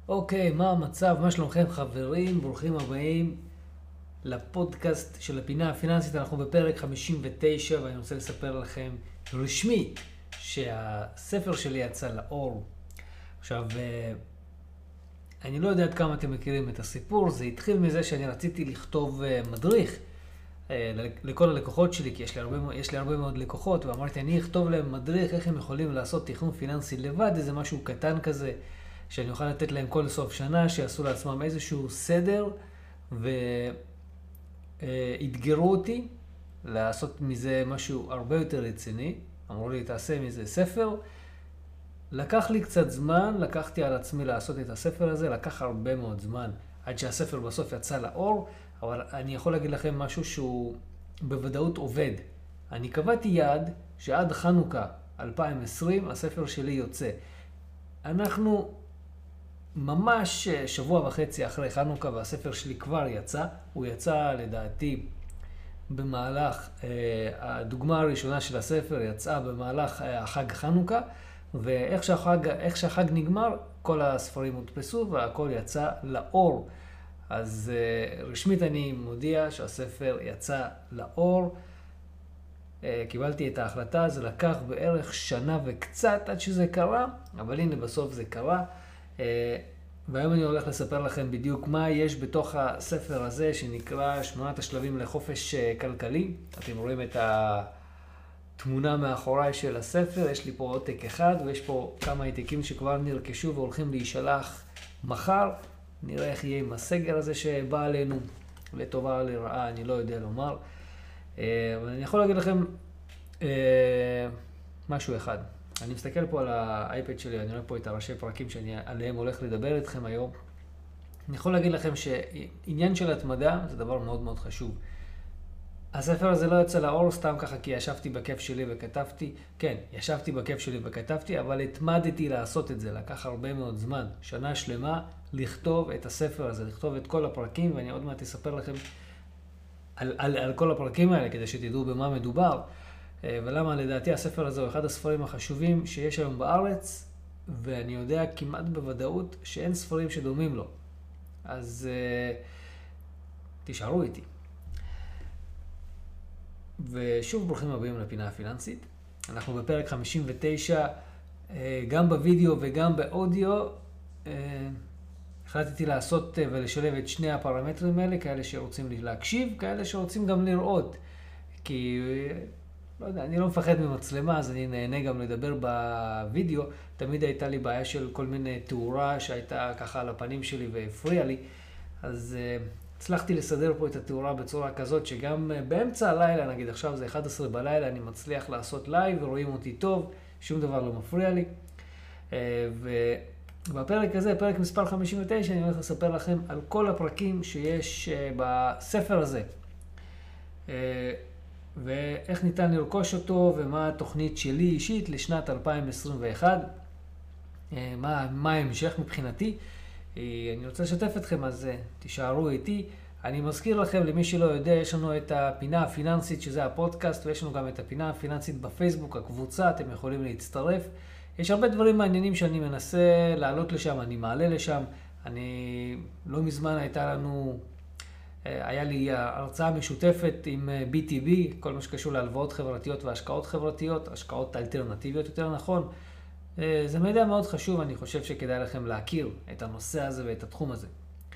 אוקיי, מה המצב? מה שלומכם חברים? ברוכים הבאים לפודקאסט של הפינה הפיננסית. אנחנו בפרק 59 ואני רוצה לספר לכם רשמית שהספר שלי יצא לאור. עכשיו, אני לא יודע עד כמה אתם מכירים את הסיפור. זה התחיל מזה שאני רציתי לכתוב מדריך לכל הלקוחות שלי, כי יש לי הרבה מאוד לקוחות, ואמרתי אני אכתוב להם מדריך איך הם יכולים לעשות תכנון פיננסי לבד, איזה משהו קטן כזה שאני אוכל לתת להם כל סוף שנה, שיעשו לעצמם איזשהו סדר והתגרו אותי לעשות מזה משהו הרבה יותר רציני. אמרו לי תעשה מזה ספר. לקח לי קצת זמן, לקחתי על עצמי לעשות את הספר הזה, לקח הרבה מאוד זמן עד שהספר בסוף יצא לאור, אבל אני יכול להגיד לכם משהו שהוא בוודאות עובד. אני קבעתי יעד שעד חנוכה 2020 הספר שלי יוצא. אנחנו ממש שבוע וחצי אחרי חנוכה והספר שלי כבר יצא. הוא יצא לדעתי במהלך, הדוגמה הראשונה של הספר יצאה במהלך החג חנוכה, ואיך שהחג נגמר כל הספרים הודפסו והכל יצא לאור. אז רשמית אני מודיע שהספר יצא לאור. קיבלתי את ההחלטה, זה לקח בערך שנה וקצת עד שזה קרה, אבל הנה בסוף זה קרה. והיום אני הולך לספר לכם בדיוק מה יש בתוך הספר הזה שנקרא 8 השלבים לחופש כלכלי. אתם רואים את התמונה מאחוריי של הספר, יש לי פה עותק אחד ויש פה כמה העתקים שכבר נרכשו והולכים להישלח מחר. נראה איך יהיה עם הסגר הזה שבא עלינו, לטובה או לרעה, אני לא יודע לומר. אבל אני יכול להגיד לכם משהו אחד. אני מסתכל פה על האייפד שלי, אני רואה פה את הראשי פרקים שעליהם הולך לדבר איתכם היום. אני יכול להגיד לכם שעניין של התמדה זה דבר מאוד מאוד חשוב. הספר הזה לא יצא לאור סתם ככה כי ישבתי בכיף שלי וכתבתי. כן, ישבתי בכיף שלי וכתבתי, אבל התמדתי לעשות את זה. לקח הרבה מאוד זמן, שנה שלמה, לכתוב את הספר הזה, לכתוב את כל הפרקים, ואני עוד מעט אספר לכם על כל הפרקים האלה כדי שתדעו במה מדובר. ולמה לדעתי הספר הזה הוא אחד הספרים החשובים שיש היום בארץ, ואני יודע כמעט בוודאות שאין ספרים שדומים לו. אז תישארו איתי. ושוב ברוכים הבאים לפינה הפיננסית. אנחנו בפרק 59, גם בווידאו וגם באודיו. החלטתי לעשות ולשלב את שני הפרמטרים האלה, כאלה שרוצים להקשיב, כאלה שרוצים גם לראות. כי לא יודע, אני לא מפחד ממצלמה, אז אני נהנה גם לדבר בווידאו. תמיד הייתה לי בעיה של כל מיני תאורה שהייתה ככה על הפנים שלי והפריע לי. אז הצלחתי לסדר פה את התאורה בצורה כזאת שגם באמצע הלילה, נגיד עכשיו זה 11 בלילה, אני מצליח לעשות לייב ורואים אותי טוב, שום דבר לא מפריע לי. ובפרק הזה, פרק מספר 59, אני הולך לספר לכם על כל הפרקים שיש בספר הזה. ואיך ניתן לרכוש אותו ומה התוכנית שלי אישית לשנת 2021. מה ההמשך מבחינתי. אני רוצה לשתף אתכם, אז תישארו איתי. אני מזכיר לכם, למי שלא יודע, יש לנו את הפינה הפיננסית שזה הפודקאסט, ויש לנו גם את הפינה הפיננסית בפייסבוק, הקבוצה, אתם יכולים להצטרף. יש הרבה דברים מעניינים שאני מנסה לעלות לשם, אני מעלה לשם. לא מזמן היה לי הרצאה משותפת עם BTB, כל מה שקשור להלוואות חברתיות והשקעות חברתיות, השקעות אלטרנטיביות יותר נכון. זה מידע מאוד חשוב, אני חושב שכדאי לכם להכיר את הנושא הזה ואת התחום הזה.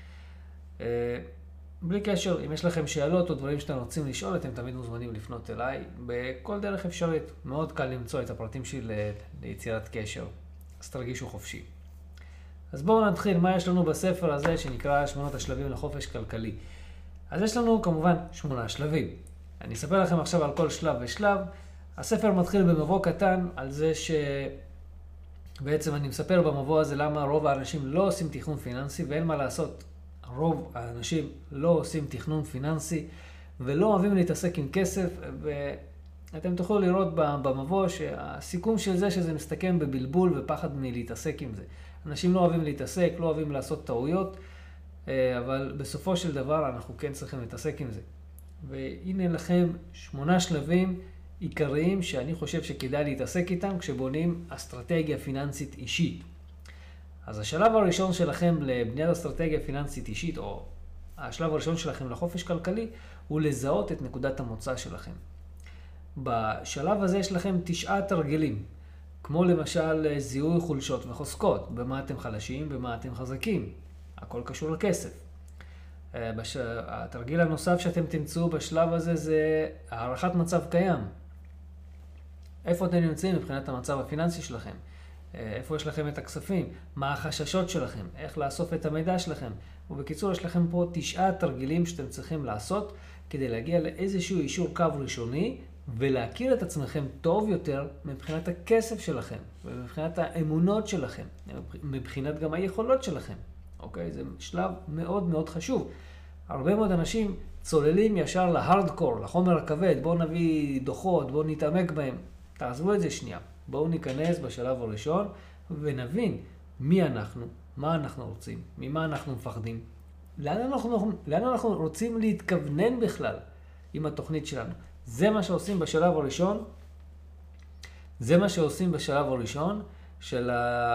בלי קשר, אם יש לכם שאלות או דברים שאתם רוצים לשאול, אתם תמיד מוזמנים לפנות אליי בכל דרך אפשרית. מאוד קל למצוא את הפרטים שלי ליצירת קשר, אז תרגישו חופשי. אז בואו נתחיל, מה יש לנו בספר הזה שנקרא 8 השלבים לחופש כלכלי. אז יש לנו כמובן 8 שלבים. אני אספר לכם עכשיו על כל שלב ושלב. הספר מתחיל במבוא קטן על זה בעצם אני מספר במבוא הזה למה רוב האנשים לא עושים תכנון פיננסי, ואין מה לעשות. רוב האנשים לא עושים תכנון פיננסי ולא אוהבים להתעסק עם כסף, ואתם תוכלו לראות במבוא שהסיכום של זה שזה מסתכם בבלבול ופחד מלהתעסק עם זה. אנשים לא אוהבים להתעסק, לא אוהבים לעשות טעויות, אבל בסופו של דבר אנחנו כן צריכים להתעסק עם זה. והנה לכם 8 שלבים עיקריים שאני חושב שכדאי להתעסק איתם כשבונים אסטרטגיה פיננסית אישית. אז השלב הראשון שלכם לבניית אסטרטגיה פיננסית אישית, או השלב הראשון שלכם לחופש כלכלי, הוא לזהות את נקודת המוצא שלכם. בשלב הזה יש לכם 9 תרגילים, כמו למשל זיהוי חולשות וחוזקות, במה אתם חלשים, במה אתם חזקים. הכל קשור לכסף. התרגיל הנוסף שאתם תמצאו בשלב הזה זה הערכת מצב קיים. איפה אתם נמצאים מבחינת המצב הפיננסי שלכם? איפה יש לכם את הכספים? מה החששות שלכם? איך לאסוף את המידע שלכם? ובקיצור, יש לכם פה 9 תרגילים שאתם צריכים לעשות כדי להגיע לאיזשהו אישור קו ראשוני ולהכיר את עצמכם טוב יותר מבחינת הכסף שלכם ומבחינת האמונות שלכם, מבחינת גם היכולות שלכם. אוקיי? זה שלב מאוד מאוד חשוב. הרבה מאוד אנשים צוללים ישר להארדקור, לחומר הכבד, בואו נביא דוחות, בואו נתעמק בהם. תעזבו את זה שנייה. בואו ניכנס בשלב הראשון ונבין מי אנחנו, מה אנחנו רוצים, ממה אנחנו מפחדים, לאן אנחנו רוצים להתכוונן בכלל עם התוכנית שלנו. זה מה שעושים בשלב הראשון, של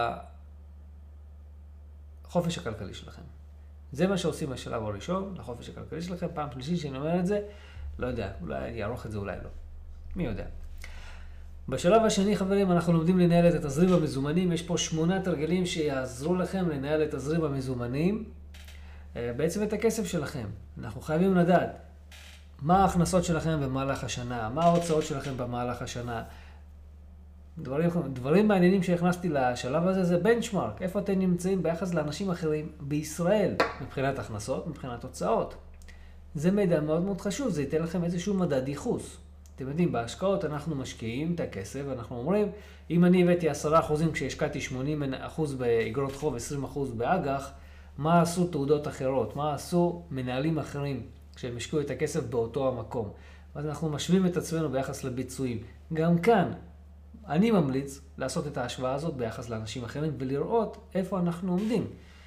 החופש הכלכלי שלכם. זה מה שעושים בשלב הראשון, לחופש הכלכלי שלכם. פעם שלישית שאני אומר את זה, לא יודע, אולי אני אערוך את זה, אולי לא. מי יודע. בשלב השני, חברים, אנחנו לומדים לנהל את התזרים המזומנים. יש פה 8 תרגילים שיעזרו לכם לנהל את תזרים המזומנים, בעצם את הכסף שלכם. אנחנו חייבים לדעת מה ההכנסות שלכם במהלך השנה, מה ההוצאות שלכם במהלך השנה. דברים מעניינים שהכנסתי לשלב הזה זה בנצ'מרק, איפה אתם נמצאים ביחס לאנשים אחרים בישראל, מבחינת הכנסות, מבחינת הוצאות. זה מידע מאוד מאוד חשוב, זה ייתן לכם איזשהו מדד ייחוס. אתם יודעים, בהשקעות אנחנו משקיעים את הכסף, ואנחנו אומרים, אם אני הבאתי 10% כשהשקעתי 80% באגרות חוב, 20% באג"ח, מה עשו תעודות אחרות? מה עשו מנהלים אחרים כשהם השקיעו את הכסף באותו המקום? אז אנחנו משווים את עצמנו ביחס לביצועים. גם כאן, אני ממליץ לעשות את ההשוואה הזאת ביחס לאנשים אחרים, ולראות איפה אנחנו עומדים.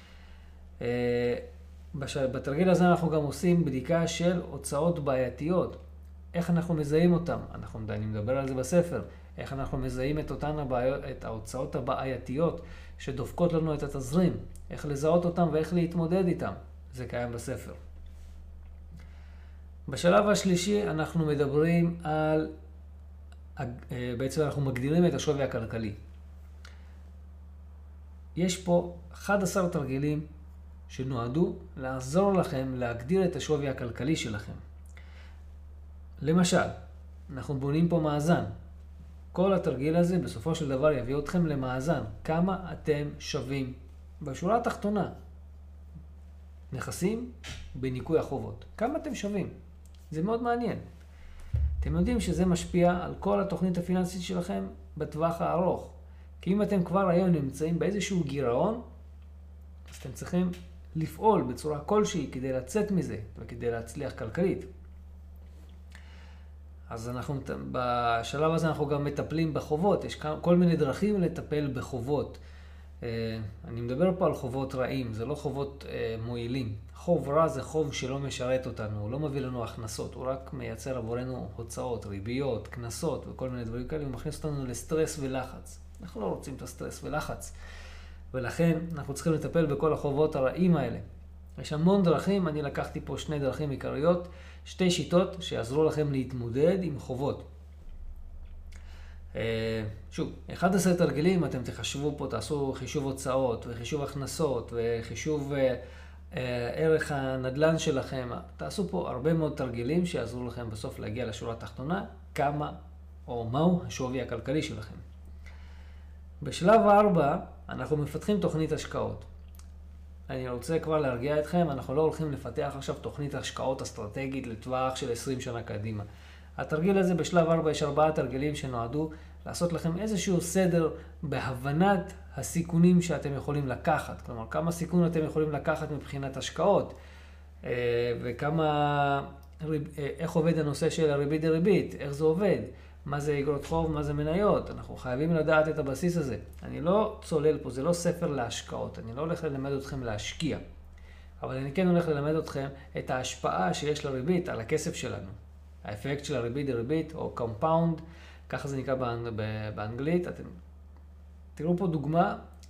בתרגיל הזה אנחנו גם עושים בדיקה של הוצאות בעייתיות. איך אנחנו מזהים אותם? אני מדבר על זה בספר. איך אנחנו מזהים את אותן הבעיות, את ההוצאות הבעייתיות שדופקות לנו את התזרים. איך לזהות אותם ואיך להתמודד איתם. זה קיים בספר. בשלב השלישי אנחנו מדברים על, בעצם אנחנו מגדירים את השווי הכלכלי. יש פה 11 תרגילים שנועדו לעזור לכם להגדיר את השווי הכלכלי שלכם. למשל, אנחנו בונים פה מאזן. כל התרגיל הזה בסופו של דבר יביא אתכם למאזן. כמה אתם שווים בשורה התחתונה. נכסים בניקוי החובות. כמה אתם שווים? זה מאוד מעניין. אתם יודעים שזה משפיע על כל התוכנית הפיננסית שלכם בטווח הארוך. כי אם אתם כבר היום נמצאים באיזשהו גירעון, אז אתם צריכים לפעול בצורה כלשהי כדי לצאת מזה וכדי להצליח כלכלית. אז בשלב הזה אנחנו גם מטפלים בחובות. יש כל מיני דרכים לטפל בחובות. אני מדבר פה על חובות רעים, זה לא חובות מועילים. חוב רע זה חוב שלא משרת אותנו, הוא לא מביא לנו הכנסות, הוא רק מייצר עבורנו הוצאות, ריביות, כנסות וכל מיני דברים כאלה, הוא מכניס אותנו לסטרס ולחץ. אנחנו לא רוצים את הסטרס ולחץ. ולכן אנחנו צריכים לטפל בכל החובות הרעים האלה. יש המון דרכים, אני לקחתי פה 2 דרכים עיקריות, 2 שיטות שיעזרו לכם להתמודד עם חובות. שוב, 11 תרגילים, אתם תחשבו פה, תעשו חישוב הוצאות וחישוב הכנסות וחישוב ערך הנדל"ן שלכם. תעשו פה הרבה מאוד תרגילים שיעזרו לכם בסוף להגיע לשורה התחתונה, כמה או מהו השווי הכלכלי שלכם. בשלב 4 אנחנו מפתחים תוכנית השקעות. אני רוצה כבר להרגיע אתכם, אנחנו לא הולכים לפתח עכשיו תוכנית השקעות אסטרטגית לטווח של 20 שנה קדימה. התרגיל הזה בשלב 4 יש 4 תרגילים שנועדו לעשות לכם איזשהו סדר בהבנת הסיכונים שאתם יכולים לקחת. כלומר, כמה סיכון אתם יכולים לקחת מבחינת השקעות, וכמה, איך עובד הנושא של הריבית דריבית, איך זה עובד, מה זה אגרות חוב, מה זה מניות. אנחנו חייבים לדעת את הבסיס הזה. אני לא צולל פה, זה לא ספר להשקעות, אני לא הולך ללמד אתכם להשקיע, אבל אני כן הולך ללמד אתכם את ההשפעה שיש לריבית על הכסף שלנו. האפקט של הריבית דריבית, או compound, ככה זה נקרא באנגלית. אתם תראו פה דוגמה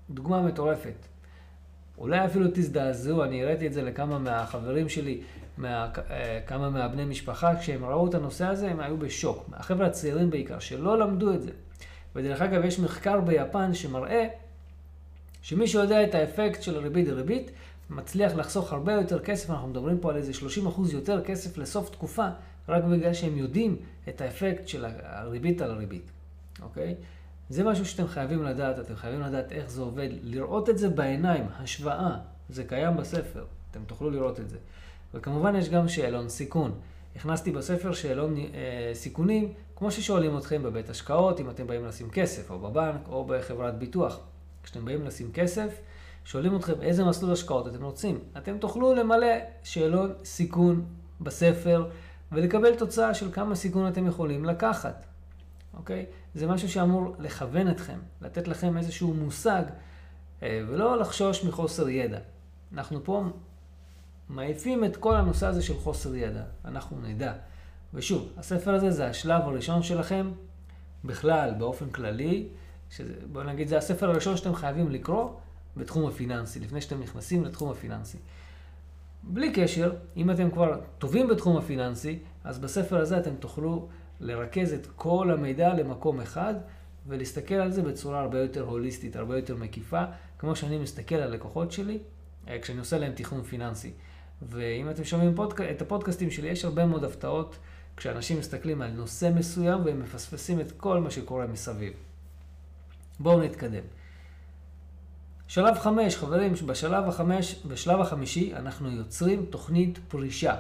דוגמה מטורפת. אולי אפילו תזדעזעו, אני הראיתי את זה לכמה מהחברים שלי, כמה מהבני משפחה, כשהם ראו את הנושא הזה, הם היו בשוק. החבר'ה הצעירים בעיקר, שלא למדו את זה. ודרך אגב, יש מחקר ביפן שמראה שמי שיודע את האפקט של הריבית דריבית, מצליח לחסוך הרבה יותר כסף, אנחנו מדברים פה על איזה 30% יותר כסף לסוף תקופה, רק בגלל שהם יודעים את האפקט של הריבית על הריבית. אוקיי? זה משהו שאתם חייבים לדעת, אתם חייבים לדעת איך זה עובד, לראות את זה בעיניים, השוואה, זה קיים בספר, אתם תוכלו לראות את זה. וכמובן יש גם שאלון סיכון. הכנסתי בספר שאלון סיכונים, כמו ששואלים אתכם בבית השקעות, אם אתם באים לשים כסף, או בבנק, או בחברת ביטוח. כשאתם באים לשים כסף, שואלים אתכם איזה מסלול השקעות אתם רוצים. אתם תוכלו למלא שאלון סיכון בספר, ולקבל תוצאה של כמה סיכון אתם יכולים לקחת. אוקיי? זה משהו שאמור לכוון אתכם, לתת לכם איזשהו מושג, ולא לחשוש מחוסר ידע. אנחנו פה מעיפים את כל הנושא הזה של חוסר ידע, אנחנו נדע. ושוב, הספר הזה זה השלב הראשון שלכם, בכלל, באופן כללי, בואו נגיד, זה הספר הראשון שאתם חייבים לקרוא בתחום הפיננסי, לפני שאתם נכנסים לתחום הפיננסי. בלי קשר, אם אתם כבר טובים בתחום הפיננסי, אז בספר הזה אתם תוכלו לרכז את כל המידע למקום אחד, ולהסתכל על זה בצורה הרבה יותר הוליסטית, הרבה יותר מקיפה, כמו שאני מסתכל על לקוחות שלי, כשאני עושה להם תכנון פיננסי. ואם אתם שומעים את הפודקאסטים שלי, יש הרבה מאוד הפתעות, כשאנשים מסתכלים על נושא מסוים, והם מפספסים את כל מה שקורה מסביב. בואו נתקדם. שלב 5, חברים, בשלב החמישי אנחנו יוצרים תוכנית פרישה.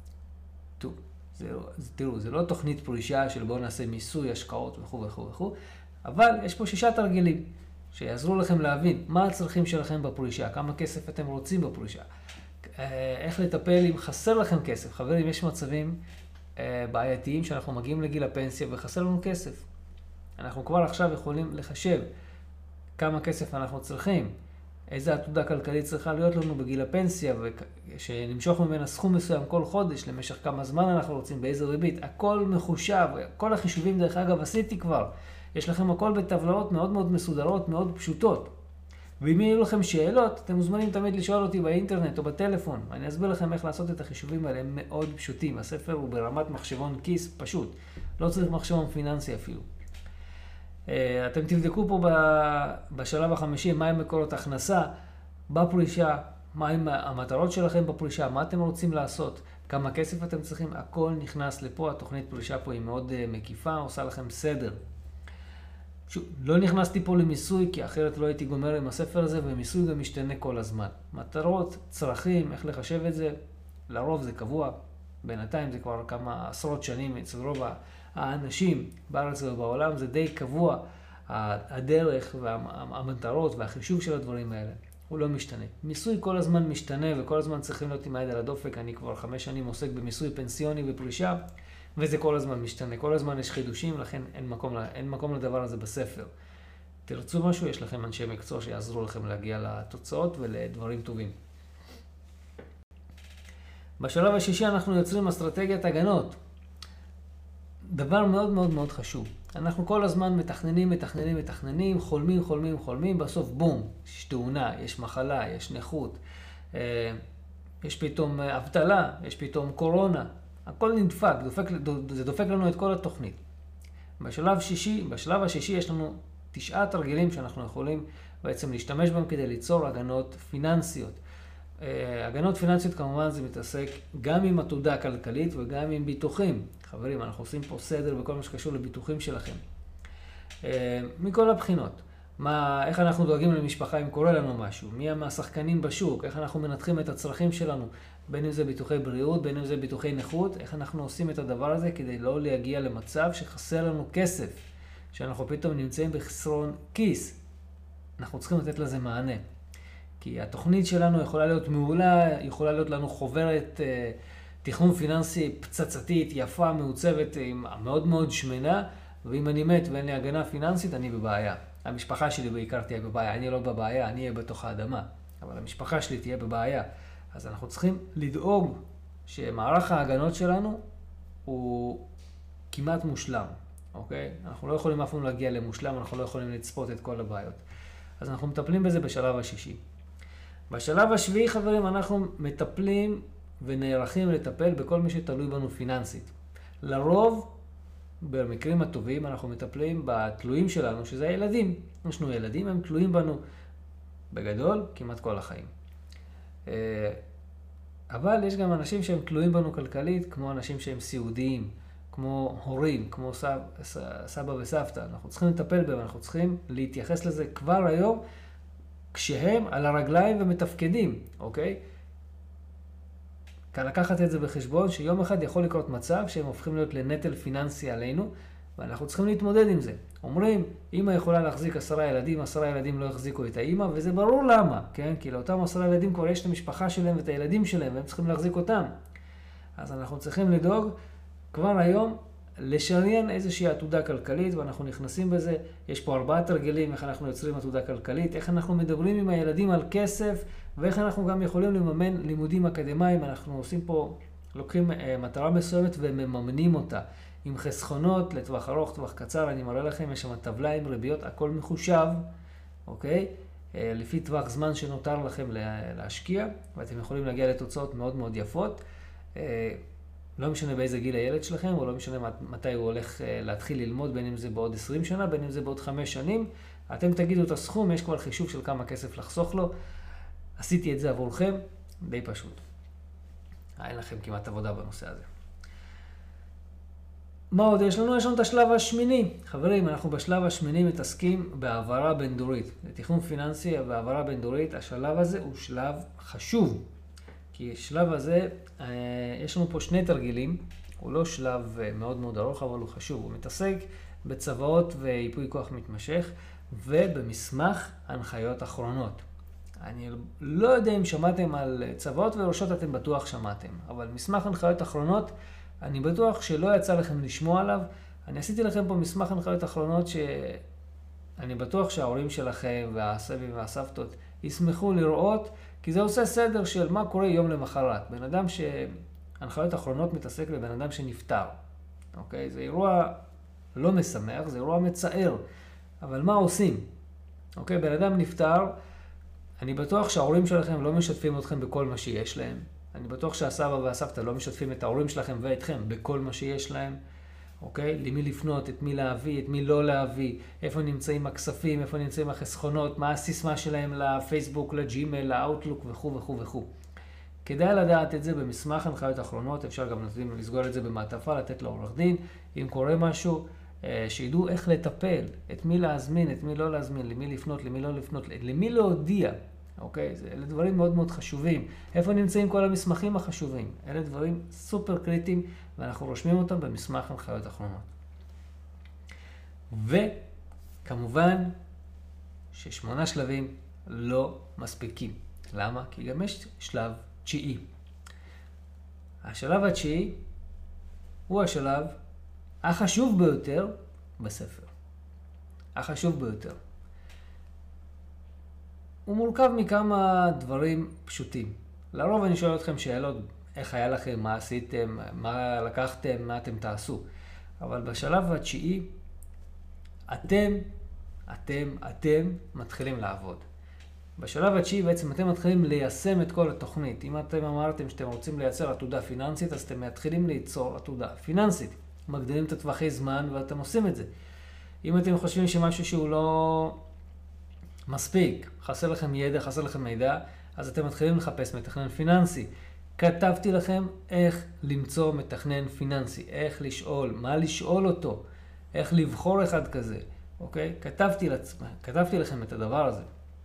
תראו, זה לא תוכנית פרישה של בואו נעשה מיסוי, השקעות וכו' וכו' וכו', אבל יש פה 6 תרגילים שיעזרו לכם להבין מה הצרכים שלכם בפרישה, כמה כסף אתם רוצים בפרישה, איך לטפל אם חסר לכם כסף. חברים, יש מצבים בעייתיים שאנחנו מגיעים לגיל הפנסיה וחסר לנו כסף. אנחנו כבר עכשיו יכולים לחשב כמה כסף אנחנו צריכים, איזה עתודה כלכלית צריכה להיות לנו בגיל הפנסיה, ושנמשוך ממנה סכום מסוים כל חודש, למשך כמה זמן אנחנו רוצים, באיזה ריבית. הכל מחושב, כל החישובים דרך אגב עשיתי כבר. יש לכם הכל בטבלאות מאוד מאוד מסודרות, מאוד פשוטות. ואם יהיו לכם שאלות, אתם מוזמנים תמיד לשאול אותי באינטרנט או בטלפון. אני אסביר לכם איך לעשות את החישובים האלה, הם מאוד פשוטים. הספר הוא ברמת מחשבון כיס פשוט. לא צריך מחשבון פיננסי אפילו. אתם תבדקו פה בשלב החמישי מהם מקורות הכנסה בפרישה, מהם המטרות שלכם בפרישה, מה אתם רוצים לעשות, כמה כסף אתם צריכים, הכל נכנס לפה. התוכנית פרישה פה היא מאוד מקיפה, עושה לכם סדר. שוב, לא נכנסתי פה למיסוי, כי אחרת לא הייתי גומר עם הספר הזה, ומיסוי גם משתנה כל הזמן. מטרות, צרכים, איך לחשב את זה, לרוב זה קבוע. בינתיים זה כבר כמה עשרות שנים אצל רוב האנשים בארץ ובעולם, זה די קבוע. הדרך והמטרות והחישוב של הדברים האלה, הוא לא משתנה. מיסוי כל הזמן משתנה, וכל הזמן צריכים להיות עם היד על הדופק. אני כבר 5 שנים עוסק במיסוי פנסיוני ופרישה, וזה כל הזמן משתנה. כל הזמן יש חידושים, לכן אין מקום לדבר הזה בספר. תרצו משהו, יש לכם אנשי מקצוע שיעזרו לכם להגיע לתוצאות ולדברים טובים. בשלב השישי אנחנו יוצרים אסטרטגיית הגנות. דבר מאוד מאוד מאוד חשוב. אנחנו כל הזמן מתכננים, חולמים, בסוף בום, יש תאונה, יש מחלה, יש נכות, יש פתאום אבטלה, יש פתאום קורונה. הכל נדפק, זה דופק לנו את כל התוכנית. בשלב השישי יש לנו 9 תרגילים שאנחנו יכולים בעצם להשתמש בהם כדי ליצור הגנות פיננסיות. הגנות פיננסיות כמובן זה מתעסק גם עם עתודה כלכלית וגם עם ביטוחים. חברים, אנחנו עושים פה סדר בכל מה שקשור לביטוחים שלכם. מכל הבחינות. איך אנחנו דואגים למשפחה אם קורה לנו משהו? מי השחקנים בשוק? איך אנחנו מנתחים את הצרכים שלנו? בין אם זה ביטוחי בריאות, בין אם זה ביטוחי נכות. איך אנחנו עושים את הדבר הזה כדי לא להגיע למצב שחסר לנו כסף? שאנחנו פתאום נמצאים בחסרון כיס. אנחנו צריכים לתת לזה מענה. כי התוכנית שלנו יכולה להיות מעולה, יכולה להיות לנו חוברת תכנון פיננסי פצצתית, יפה, מעוצבת, מאוד מאוד שמנה, ואם אני מת ואין לי הגנה פיננסית, אני בבעיה. המשפחה שלי בעיקר תהיה בבעיה, אני לא בבעיה, אני אהיה בתוך האדמה, אבל המשפחה שלי תהיה בבעיה. אז אנחנו צריכים לדאוג שמערך ההגנות שלנו הוא כמעט מושלם, אוקיי? אנחנו לא יכולים אף פעם להגיע למושלם, אנחנו לא יכולים לצפות את כל הבעיות. אז אנחנו מטפלים בזה בשלב השישי. בשלב השביעי, חברים, אנחנו מטפלים ונערכים לטפל בכל מי שתלוי בנו פיננסית. לרוב, במקרים הטובים, אנחנו מטפלים בתלויים שלנו, שזה הילדים. יש לנו ילדים, הם תלויים בנו בגדול כמעט כל החיים. אבל יש גם אנשים שהם תלויים בנו כלכלית, כמו אנשים שהם סיעודיים, כמו הורים, כמו סבא וסבתא. אנחנו צריכים לטפל בהם, אנחנו צריכים להתייחס לזה כבר היום, כשהם על הרגליים ומתפקדים, אוקיי? כאן לקחת את זה בחשבון שיום אחד יכול לקרות מצב שהם הופכים להיות לנטל פיננסי עלינו, ואנחנו צריכים להתמודד עם זה. אומרים, אמא יכולה להחזיק 10 ילדים, 10 ילדים לא יחזיקו את האמא, וזה ברור למה, כן? כי לאותם 10 ילדים כבר יש את המשפחה שלהם ואת הילדים שלהם, והם צריכים להחזיק אותם. אז אנחנו צריכים לדאוג כבר היום לשריין איזושהי עתודה כלכלית, ואנחנו נכנסים בזה. יש פה 4 תרגילים, איך אנחנו יוצרים עתודה כלכלית, איך אנחנו מדברים עם הילדים על כסף, ואיך אנחנו גם יכולים לממן לימודים אקדמיים. אנחנו עושים פה, לוקחים מטרה מסוימת ומממנים אותה. עם חסכונות לטווח ארוך, טווח קצר, אני מראה לכם, יש שם טבלה עם ריביות, הכל מחושב, אוקיי? לפי טווח זמן שנותר לכם להשקיע, ואתם יכולים להגיע לתוצאות מאוד מאוד יפות. לא משנה באיזה גיל הילד שלכם, או לא משנה מתי הוא הולך להתחיל ללמוד, בין אם זה בעוד 20 שנה, בין אם זה בעוד 5 שנים. אתם תגידו את הסכום, יש כבר חישוב של כמה כסף לחסוך לו. עשיתי את זה עבורכם, די פשוט. אין לכם כמעט עבודה בנושא הזה. מה עוד יש לנו? יש לנו את השלב השמיני. חברים, אנחנו בשלב השמיני מתעסקים בהעברה בין-דורית. לתכנון פיננסי והעברה בין-דורית, השלב הזה הוא שלב חשוב. כי השלב הזה, יש לנו פה 2 תרגילים. הוא לא שלב מאוד מאוד ארוך, אבל הוא חשוב. הוא מתעסק בצוואות וייפוי כוח מתמשך, ובמסמך הנחיות אחרונות. אני לא יודע אם שמעתם על צוואות וראשות, אתם בטוח שמעתם. אבל מסמך הנחיות אחרונות, אני בטוח שלא יצא לכם לשמוע עליו. אני עשיתי לכם פה מסמך הנחיות אחרונות שאני בטוח שההורים שלכם והסבים והסבתות ישמחו לראות, כי זה עושה סדר של מה קורה יום למחרת. בן אדם שהנחיות אחרונות מתעסק לבן אדם שנפטר. אוקיי? זה אירוע לא משמח, זה אירוע מצער. אבל מה עושים? אוקיי? בן אדם נפטר, אני בטוח שההורים שלכם לא משתפים אתכם בכל מה שיש להם. אני בטוח שהסבא והסבתא לא משתפים את ההורים שלכם ואתכם בכל מה שיש להם. אוקיי? למי לפנות, את מי להביא, את מי לא להביא, איפה נמצאים הכספים, איפה נמצאים החסכונות, מה הסיסמה שלהם לפייסבוק, לג'ימייל, לאוטלוק וכו' וכו' וכו'. כדאי לדעת את זה במסמך הנחיות אחרונות, אפשר גם לסגור את זה במעטפה, לתת לעורך דין, אם קורה משהו, שידעו איך לטפל, את מי להזמין, את מי לא להזמין, למי לפנות, למי לא לפנות, למי להודיע. אוקיי? אלה דברים מאוד מאוד חשובים. איפה נמצאים כל המסמכים החשובים? אלה דברים סופר קריטיים, ואנחנו רושמים אותם במסמך הנחיות אחרונות. וכמובן, ש8 שלבים לא מספיקים. למה? כי גם יש שלב 9. השלב ה9 הוא השלב החשוב ביותר בספר. החשוב ביותר. הוא מורכב מכמה דברים פשוטים. לרוב אני שואל אתכם שאלות, איך היה לכם, מה עשיתם, מה לקחתם, מה אתם תעשו. אבל בשלב ה9, אתם מתחילים לעבוד. בשלב ה9 בעצם אתם מתחילים ליישם את כל התוכנית. אם אתם אמרתם שאתם רוצים לייצר עתודה פיננסית, אז אתם מתחילים ליצור עתודה פיננסית. מגדילים את הטווחי זמן ואתם עושים את זה. אם אתם חושבים שמשהו שהוא לא מספיק, חסר לכם ידע, חסר לכם מידע, אז אתם מתחילים לחפש מתכנן פיננסי. כתבתי לכם איך למצוא מתכנן פיננסי, איך לשאול, מה לשאול אותו, איך לבחור אחד כזה, אוקיי? כתבתי לכם את הדבר הזה.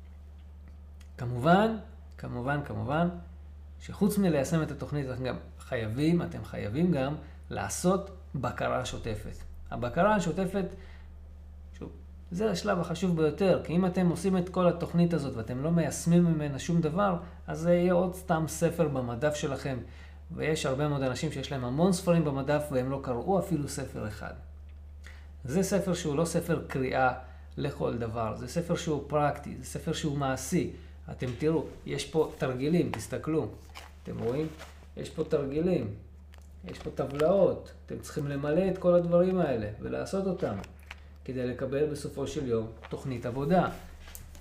כמובן, שחוץ מליישם את התוכנית, אתם חייבים גם לעשות בקרה שוטפת. הבקרה השוטפת, זה השלב החשוב ביותר, כי אם אתם עושים את כל התוכנית הזאת ואתם לא מיישמים ממנה שום דבר, אז זה יהיה עוד סתם ספר במדף שלכם. ויש הרבה מאוד אנשים שיש להם המון ספרים במדף והם לא קראו אפילו ספר אחד. זה ספר שהוא לא ספר קריאה לכל דבר, זה ספר שהוא פרקטי, זה ספר שהוא מעשי. אתם תראו, יש פה תרגילים, תסתכלו. אתם רואים? יש פה תרגילים, יש פה טבלאות. אתם צריכים למלא את כל הדברים האלה ולעשות אותם, כדי לקבל בסופו של יום תוכנית עבודה.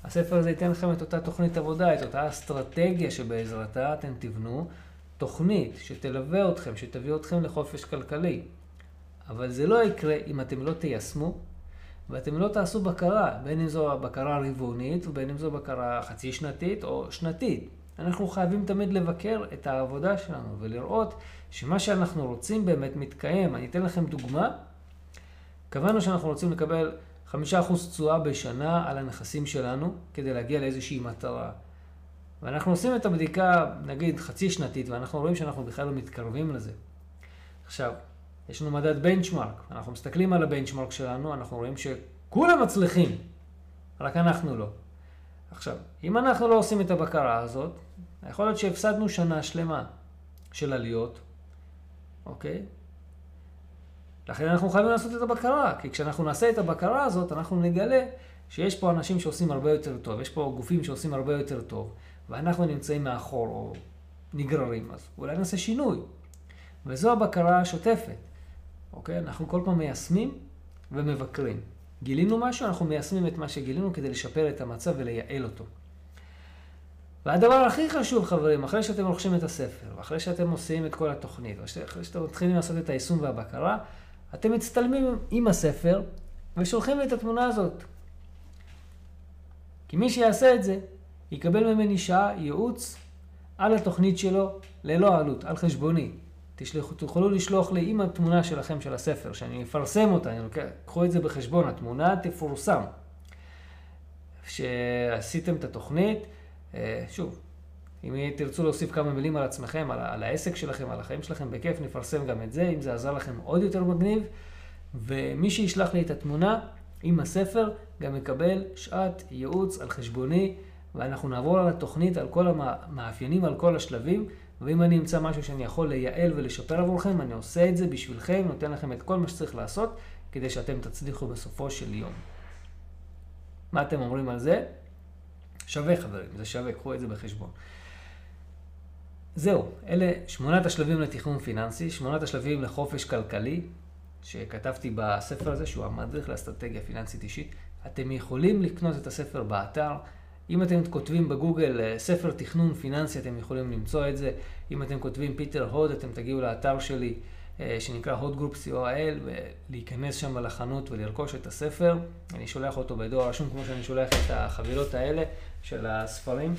הספר הזה ייתן לכם את אותה תוכנית עבודה, את אותה אסטרטגיה שבעזרתה אתם תבנו תוכנית שתלווה אתכם, שתביא אתכם לחופש כלכלי. אבל זה לא יקרה אם אתם לא תיישמו, ואתם לא תעשו בקרה, בין אם זו בקרה רבעונית, ובין אם זו בקרה חצי שנתית או שנתית. אנחנו חייבים תמיד לבקר את העבודה שלנו, ולראות שמה שאנחנו רוצים באמת מתקיים. אני אתן לכם דוגמה. קבענו שאנחנו רוצים לקבל 5% תשואה בשנה על הנכסים שלנו, כדי להגיע לאיזושהי מטרה. ואנחנו עושים את הבדיקה, נגיד, חצי שנתית, ואנחנו רואים שאנחנו בכלל לא מתקרבים לזה. עכשיו, יש לנו מדד בנצ'מרק. אנחנו מסתכלים על הבנצ'מרק שלנו, אנחנו רואים שכולם מצליחים, רק אנחנו לא. עכשיו, אם אנחנו לא עושים את הבקרה הזאת, יכול להיות שהפסדנו שנה שלמה של עליות, אוקיי? לכן אנחנו חייבים לעשות את הבקרה, כי כשאנחנו נעשה את הבקרה הזאת, אנחנו נגלה שיש פה אנשים שעושים הרבה יותר טוב, יש פה גופים שעושים הרבה יותר טוב, ואנחנו נמצאים מאחור או נגררים, אז אולי נעשה שינוי. וזו הבקרה השוטפת, אוקיי? אנחנו כל פעם מיישמים ומבקרים. גילינו משהו, אנחנו מיישמים את מה שגילינו כדי לשפר את המצב ולייעל אותו. והדבר הכי חשוב, חברים, אחרי שאתם רוכשים את הספר, ואחרי שאתם עושים את כל התוכנית, ואחרי שאתם מתחילים לעשות את היישום והבקרה, אתם מצטלמים עם הספר ושולחים לי את התמונה הזאת. כי מי שיעשה את זה, יקבל ממני שעה ייעוץ על התוכנית שלו ללא עלות, על חשבוני. תוכלו לשלוח לי עם התמונה שלכם של הספר, שאני אפרסם אותה, קחו את זה בחשבון, התמונה תפורסם. שעשיתם את התוכנית, שוב, אם תרצו להוסיף כמה מילים על עצמכם, על העסק שלכם, על החיים שלכם, בכיף נפרסם גם את זה, אם זה עזר לכם עוד יותר מגניב. ומי שישלח לי את התמונה עם הספר, גם יקבל שעת ייעוץ על חשבוני, ואנחנו נעבור על התוכנית, על כל המאפיינים, על כל השלבים, ואם אני אמצא משהו שאני יכול לייעל ולשפר עבורכם, אני עושה את זה בשבילכם, נותן לכם את כל מה שצריך לעשות, כדי שאתם תצליחו בסופו של יום. מה אתם אומרים על זה? שווה, חברים, זה שווה, קחו את זה בחשבון. זהו, אלה 8 השלבים לתכנון פיננסי, 8 השלבים לחופש כלכלי, שכתבתי בספר הזה, שהוא המדריך לאסטרטגיה פיננסית אישית. אתם יכולים לקנות את הספר באתר. אם אתם כותבים בגוגל ספר תכנון פיננסי, אתם יכולים למצוא את זה. אם אתם כותבים פיטר הוד, אתם תגיעו לאתר שלי, שנקרא הוד גרופ co.il, ולהיכנס שם לחנות ולרכוש את הספר. אני שולח אותו בדואר רשום, כמו שאני שולח את החבילות האלה של הספרים.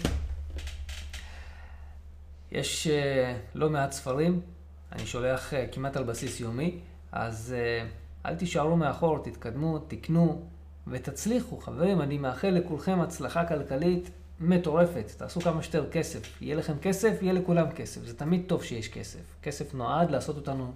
יש לא מעט ספרים, אני שולח כמעט על בסיס יומי, אז אל תישארו מאחור, תתקדמו, תקנו ותצליחו. חברים, אני מאחל לכולכם הצלחה כלכלית מטורפת. תעשו כמה שיותר כסף. יהיה לכם כסף, יהיה לכולם כסף. זה תמיד טוב שיש כסף. כסף נועד לעשות אותנו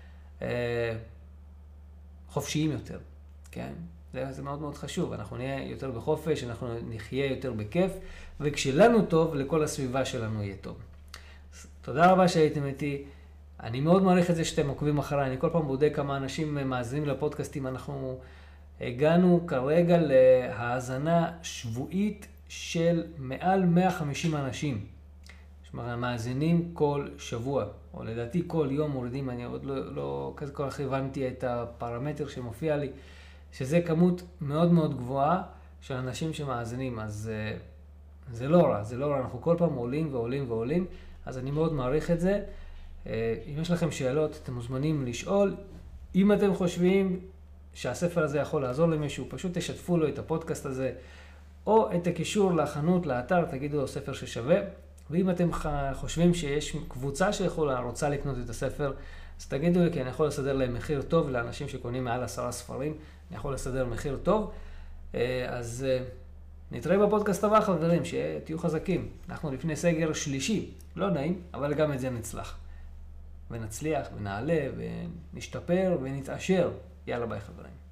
חופשיים יותר. כן? זה מאוד מאוד חשוב. אנחנו נהיה יותר בחופש, אנחנו נחיה יותר בכיף, וכשלנו טוב, לכל הסביבה שלנו יהיה טוב. תודה רבה שהייתם איתי. אני מאוד מעריך את זה שאתם עוקבים אחריי. אני כל פעם בודק כמה אנשים מאזינים לפודקאסטים. אנחנו הגענו כרגע להאזנה שבועית של מעל 150 אנשים. מאזינים כל שבוע, או לדעתי כל יום מורידים. אני עוד לא כזה כל כך הבנתי את הפרמטר שמופיע לי, שזה כמות מאוד מאוד גבוהה של אנשים שמאזינים. אז זה לא רע, זה לא רע. אנחנו כל פעם עולים ועולים ועולים. אז אני מאוד מעריך את זה. אם יש לכם שאלות, אתם מוזמנים לשאול. אם אתם חושבים שהספר הזה יכול לעזור למישהו, פשוט תשתפו לו את הפודקאסט הזה, או את הקישור לחנות, לאתר, תגידו לו ספר ששווה. ואם אתם חושבים שיש קבוצה רוצה לקנות את הספר, אז תגידו לי, כי אני יכול לסדר להם מחיר טוב לאנשים שקונים מעל 10 ספרים, אני יכול לסדר מחיר טוב. אז נתראה בפודקאסט הבא, חברים, שתהיו חזקים. אנחנו לפני סגר שלישי, לא נעים, אבל גם את זה נצלח. ונצליח, ונעלה, ונשתפר, ונתעשר. יאללה ביי, חברים.